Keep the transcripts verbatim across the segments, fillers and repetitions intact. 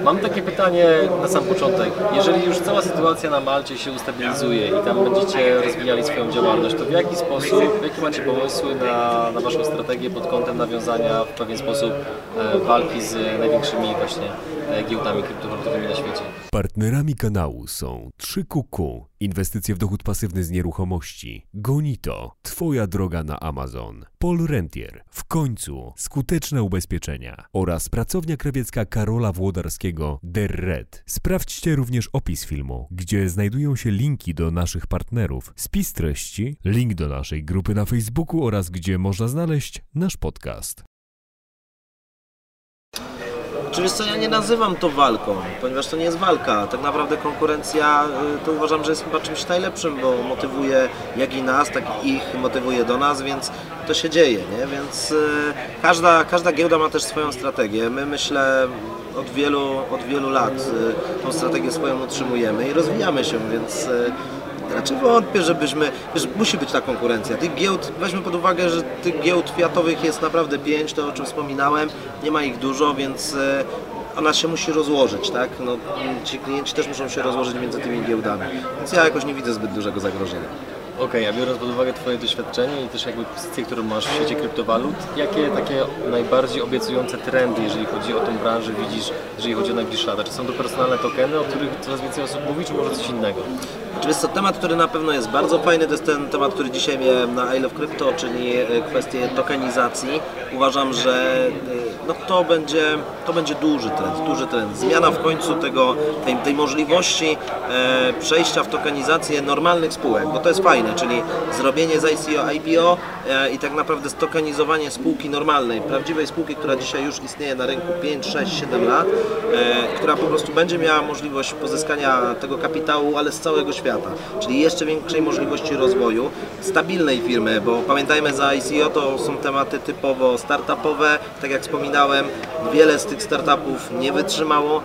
Mam takie pytanie na sam początek. Jeżeli już cała sytuacja na Malcie się ustabilizuje i tam będziecie rozwijali swoją działalność, to w jaki sposób, jakie macie pomysły na, na Waszą strategię pod kątem nawiązania w pewien sposób e, walki z największymi właśnie e, giełdami kryptowalutowymi na świecie? Partnerami kanału są trzy Q Q, inwestycje w dochód pasywny z nieruchomości, Gonito, Twoja droga na Amazon, Paul Rentier, w końcu skuteczne ubezpieczenia oraz pracownia krawiecka Karola Włodarskiego The Red. Sprawdźcie również opis filmu, gdzie znajdują się linki do naszych partnerów, spis treści, link do naszej grupy na Facebooku oraz gdzie można znaleźć nasz podcast. Oczywiście ja nie nazywam to walką, ponieważ to nie jest walka. Tak naprawdę konkurencja to uważam, że jest chyba czymś najlepszym, bo motywuje jak i nas, tak i ich motywuje do nas, więc to się dzieje, nie? Więc każda, każda giełda ma też swoją strategię. My myślę od wielu, od wielu lat tą strategię swoją utrzymujemy i rozwijamy się, więc raczej wątpię, żebyśmy, wiesz, musi być ta konkurencja. Tych giełd, weźmy pod uwagę, że tych giełd fiatowych jest naprawdę pięć, to o czym wspominałem, nie ma ich dużo, więc ona się musi rozłożyć, tak? No, ci klienci też muszą się rozłożyć między tymi giełdami, więc ja jakoś nie widzę zbyt dużego zagrożenia. Okej, okay, a biorąc pod uwagę Twoje doświadczenie i też jakby pozycję, którą masz w świecie kryptowalut, jakie takie najbardziej obiecujące trendy, jeżeli chodzi o tą branżę, widzisz, jeżeli chodzi o najbliższe lata? Czy są to personalne tokeny, o których coraz więcej osób mówi, czy może coś innego? Oczywiście temat, który na pewno jest bardzo fajny, to jest ten temat, który dzisiaj miałem na I Love Crypto, czyli kwestię tokenizacji. Uważam, że no to, będzie, to będzie duży trend, duży trend. Zmiana w końcu tego, tej, tej możliwości e, przejścia w tokenizację normalnych spółek, bo to jest fajne, czyli zrobienie z I C O, I P O e, i tak naprawdę stokenizowanie spółki normalnej, prawdziwej spółki, która dzisiaj już istnieje na rynku pięć, sześć, siedem lat, e, która po prostu będzie miała możliwość pozyskania tego kapitału, ale z całego świata, czyli jeszcze większej możliwości rozwoju, stabilnej firmy, bo pamiętajmy, za I C O to są tematy typowo startupowe, tak jak wspominałem, wiele z tych startupów nie wytrzymało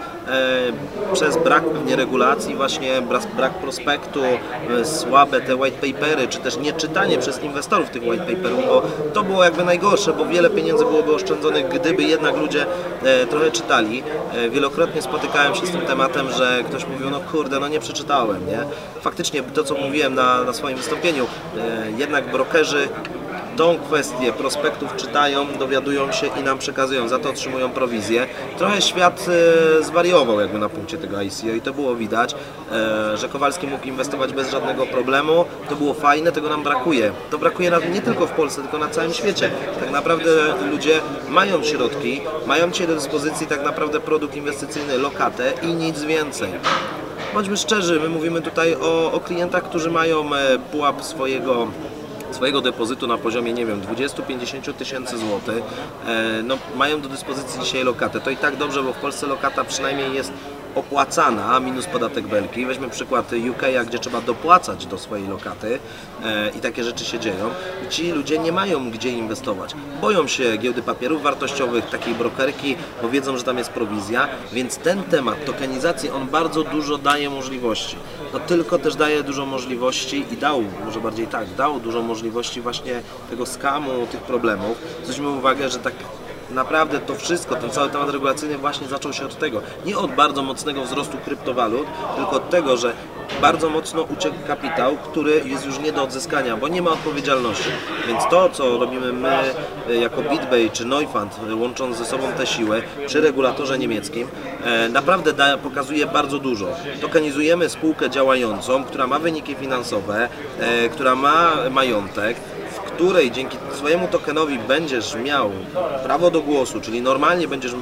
e, przez brak pewnie regulacji, właśnie brak, brak prospektu, e, słabe te white papery, czy też nieczytanie przez inwestorów tych white paperów, bo to było jakby najgorsze, bo wiele pieniędzy byłoby oszczędzonych, gdyby jednak ludzie e, trochę czytali. E, wielokrotnie spotykałem się z tym tematem, że ktoś mówił, no kurde, no nie przeczytałem, nie? Faktycznie to, co mówiłem na, na swoim wystąpieniu, e, jednak brokerzy tą kwestię prospektów czytają, dowiadują się i nam przekazują, za to otrzymują prowizję. Trochę świat e, zwariował jakby na punkcie tego I C O i to było widać, e, że Kowalski mógł inwestować bez żadnego problemu, to było fajne, tego nam brakuje. To brakuje nie tylko w Polsce, tylko na całym świecie. Tak naprawdę ludzie mają środki, mają dzisiaj do dyspozycji tak naprawdę produkt inwestycyjny, lokatę i nic więcej. Bądźmy szczerzy, my mówimy tutaj o, o klientach, którzy mają e, pułap swojego swojego depozytu na poziomie, nie wiem, dwadzieścia do pięćdziesięciu tysięcy złotych, e, no, mają do dyspozycji dzisiaj lokatę. To i tak dobrze, bo w Polsce lokata przynajmniej jest opłacana, minus podatek belki. Weźmy przykład U K a, gdzie trzeba dopłacać do swojej lokaty e, i takie rzeczy się dzieją. I ci ludzie nie mają gdzie inwestować. Boją się giełdy papierów wartościowych, takiej brokerki, bo wiedzą, że tam jest prowizja, więc ten temat tokenizacji, on bardzo dużo daje możliwości. No tylko też daje dużo możliwości i dał, może bardziej tak, dał dużo możliwości właśnie tego skamu, tych problemów. Zwróćmy uwagę, że tak naprawdę to wszystko, ten cały temat regulacyjny właśnie zaczął się od tego. Nie od bardzo mocnego wzrostu kryptowalut, tylko od tego, że bardzo mocno uciekł kapitał, który jest już nie do odzyskania, bo nie ma odpowiedzialności. Więc to, co robimy my jako BitBay czy Neufund, łącząc ze sobą te siły przy regulatorze niemieckim, naprawdę da, pokazuje bardzo dużo. Tokenizujemy spółkę działającą, która ma wyniki finansowe, która ma majątek, w której dzięki swojemu tokenowi będziesz miał prawo do głosu, czyli normalnie będziesz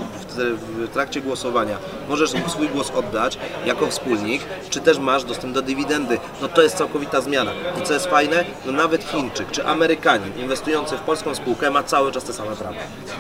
w trakcie głosowania, możesz swój głos oddać jako wspólnik, czy też masz dostęp do dywidendy. No to jest całkowita zmiana. I co jest fajne, no nawet Chińczyk czy Amerykanin inwestujący w polską spółkę ma cały czas te same prawa.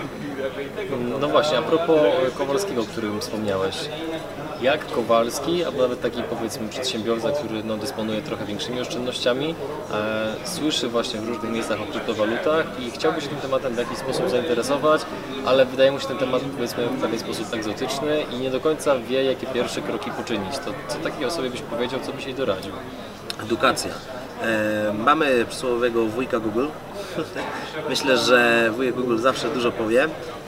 No właśnie, a propos Kowalskiego, o którym wspomniałeś. Jak Kowalski, albo nawet taki powiedzmy przedsiębiorca, który no, dysponuje trochę większymi oszczędnościami, e, słyszy właśnie w różnych miejscach o kryptowalutach i chciałby się tym tematem w jakiś sposób zainteresować, ale wydaje mu się ten temat powiedzmy w pewien sposób egzotyczny i nie do końca wie, jakie pierwsze kroki poczynić. To co takiej osobie byś powiedział, co byś jej doradził? Edukacja. E, mamy przysłowiowego wujka Google. Myślę, że wujek Google zawsze dużo powie.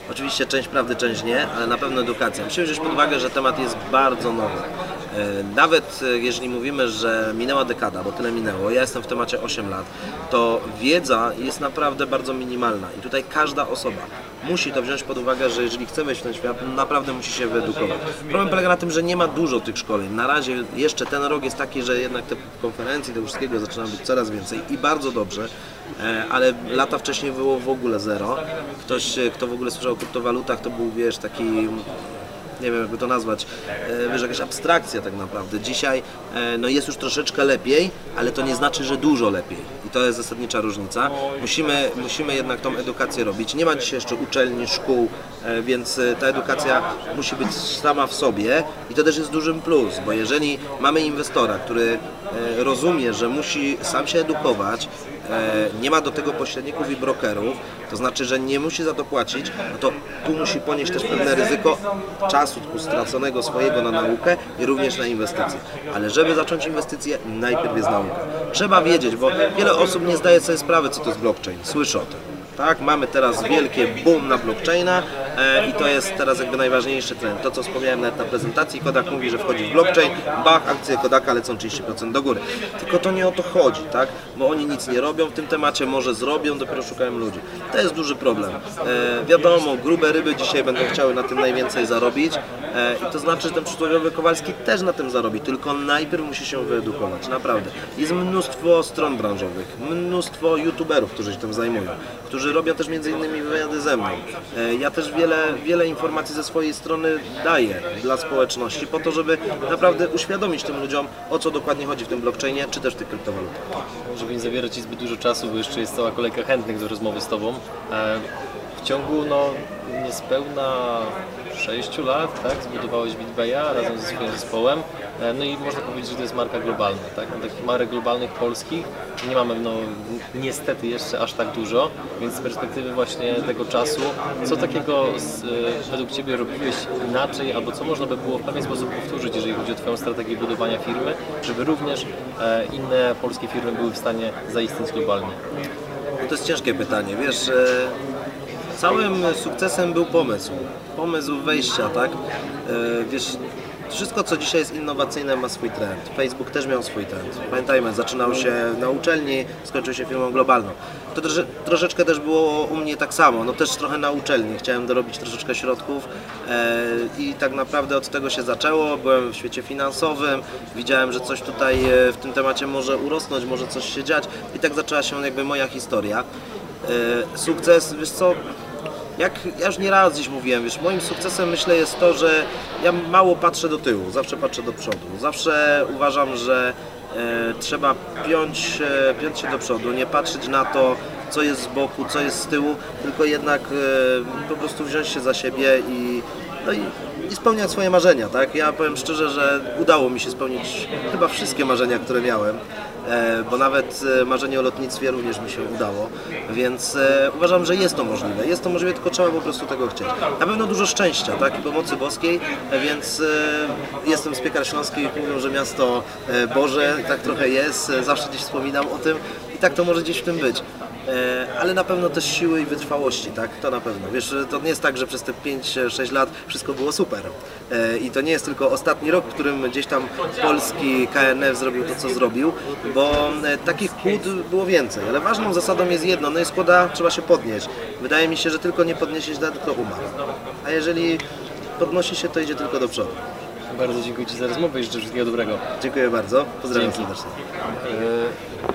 Oczywiście część prawdy, część nie, ale na pewno edukacja. Musimy wziąć pod uwagę, że temat jest bardzo nowy. Nawet jeżeli mówimy, że minęła dekada, bo tyle minęło, ja jestem w temacie osiem lat, to wiedza jest naprawdę bardzo minimalna i tutaj każda osoba musi to wziąć pod uwagę, że jeżeli chce wejść w ten świat, naprawdę musi się wyedukować. Problem polega na tym, że nie ma dużo tych szkoleń. Na razie jeszcze ten rok jest taki, że jednak te konferencji, tego wszystkiego zaczyna być coraz więcej i bardzo dobrze, ale lata wcześniej było w ogóle zero. Ktoś, kto w ogóle słyszał o kryptowalutach, to był, wiesz, taki... nie wiem jakby to nazwać, wiesz, jakaś abstrakcja tak naprawdę. Dzisiaj no jest już troszeczkę lepiej, ale to nie znaczy, że dużo lepiej. I to jest zasadnicza różnica. Musimy, musimy jednak tą edukację robić. Nie ma dzisiaj jeszcze uczelni, szkół, więc ta edukacja musi być sama w sobie i to też jest dużym plus, bo jeżeli mamy inwestora, który rozumie, że musi sam się edukować, nie ma do tego pośredników i brokerów, to znaczy, że nie musi za to płacić, no to tu musi ponieść też pewne ryzyko czasu straconego swojego na naukę i również na inwestycje. Ale żeby zacząć inwestycje, najpierw jest nauka. Trzeba wiedzieć, bo wiele osób nie zdaje sobie sprawy, co to jest blockchain. Słyszę o tym. Tak, mamy teraz wielkie boom na blockchaina e, i to jest teraz jakby najważniejszy trend. To, co wspomniałem nawet na prezentacji, Kodak mówi, że wchodzi w blockchain, bach, akcje Kodaka lecą trzydzieści procent do góry. Tylko to nie o to chodzi, tak? Bo oni nic nie robią w tym temacie, może zrobią, dopiero szukają ludzi. To jest duży problem. E, wiadomo, grube ryby dzisiaj będą chciały na tym najwięcej zarobić e, i to znaczy, że ten przysłowiowy Kowalski też na tym zarobi, tylko najpierw musi się wyedukować, naprawdę. Jest mnóstwo stron branżowych, mnóstwo youtuberów, którzy się tym zajmują, którzy robią też między innymi wywiady ze mną. Ja też wiele, wiele informacji ze swojej strony daję dla społeczności po to, żeby naprawdę uświadomić tym ludziom, o co dokładnie chodzi w tym blockchainie, czy też w tych kryptowalutach. Żeby nie zabierać Ci zbyt dużo czasu, bo jeszcze jest cała kolejka chętnych do rozmowy z Tobą. W ciągu no, niespełna sześciu lat tak, zbudowałeś BitBaya razem ze swoim zespołem. No i można powiedzieć, że to jest marka globalna. Tak? No, takich marek globalnych polskich nie mamy no, niestety jeszcze aż tak dużo, więc z perspektywy właśnie tego czasu, co takiego z, według Ciebie robiłeś inaczej, albo co można by było w pewien sposób powtórzyć, jeżeli chodzi o Twoją strategię budowania firmy, żeby również e, inne polskie firmy były w stanie zaistnieć globalnie? To jest ciężkie pytanie. Wiesz, e, całym sukcesem był pomysł. Pomysł wejścia, tak? E, wiesz, wszystko, co dzisiaj jest innowacyjne, ma swój trend. Facebook też miał swój trend. Pamiętajmy, zaczynał się na uczelni, skończył się firmą globalną. To trosze, troszeczkę też było u mnie tak samo, no też trochę na uczelni. Chciałem dorobić troszeczkę środków e, i tak naprawdę od tego się zaczęło. Byłem w świecie finansowym, widziałem, że coś tutaj w tym temacie może urosnąć, może coś się dziać i tak zaczęła się jakby moja historia. E, sukces, wiesz co? Jak ja już nie raz dziś mówiłem, wiesz, moim sukcesem myślę jest to, że ja mało patrzę do tyłu, zawsze patrzę do przodu. Zawsze uważam, że e, trzeba piąć, e, piąć się do przodu, nie patrzeć na to, co jest z boku, co jest z tyłu, tylko jednak e, po prostu wziąć się za siebie i, no i, i spełniać swoje marzenia, tak? Ja powiem szczerze, że udało mi się spełnić chyba wszystkie marzenia, które miałem. Bo nawet marzenie o lotnictwie również mi się udało, więc uważam, że jest to możliwe. Jest to możliwe, tylko trzeba po prostu tego chcieć. Na pewno dużo szczęścia, tak, i pomocy boskiej, więc jestem z Piekar Śląskich, mówią, że miasto Boże, tak trochę jest, zawsze gdzieś wspominam o tym i tak to może gdzieś w tym być. Ale na pewno też siły i wytrwałości, tak? To na pewno. Wiesz, to nie jest tak, że przez te pięć sześć lat wszystko było super. I to nie jest tylko ostatni rok, w którym gdzieś tam polski K N F zrobił to, co zrobił, bo takich kłód było więcej. Ale ważną zasadą jest jedno, no jest kłoda, trzeba się podnieść. Wydaje mi się, że tylko nie podniesie się, tylko umarł. A jeżeli podnosi się, to idzie tylko do przodu. Bardzo dziękuję Ci za rozmowę i życzę wszystkiego dobrego. Dziękuję bardzo. Pozdrawiam Dzięki. serdecznie.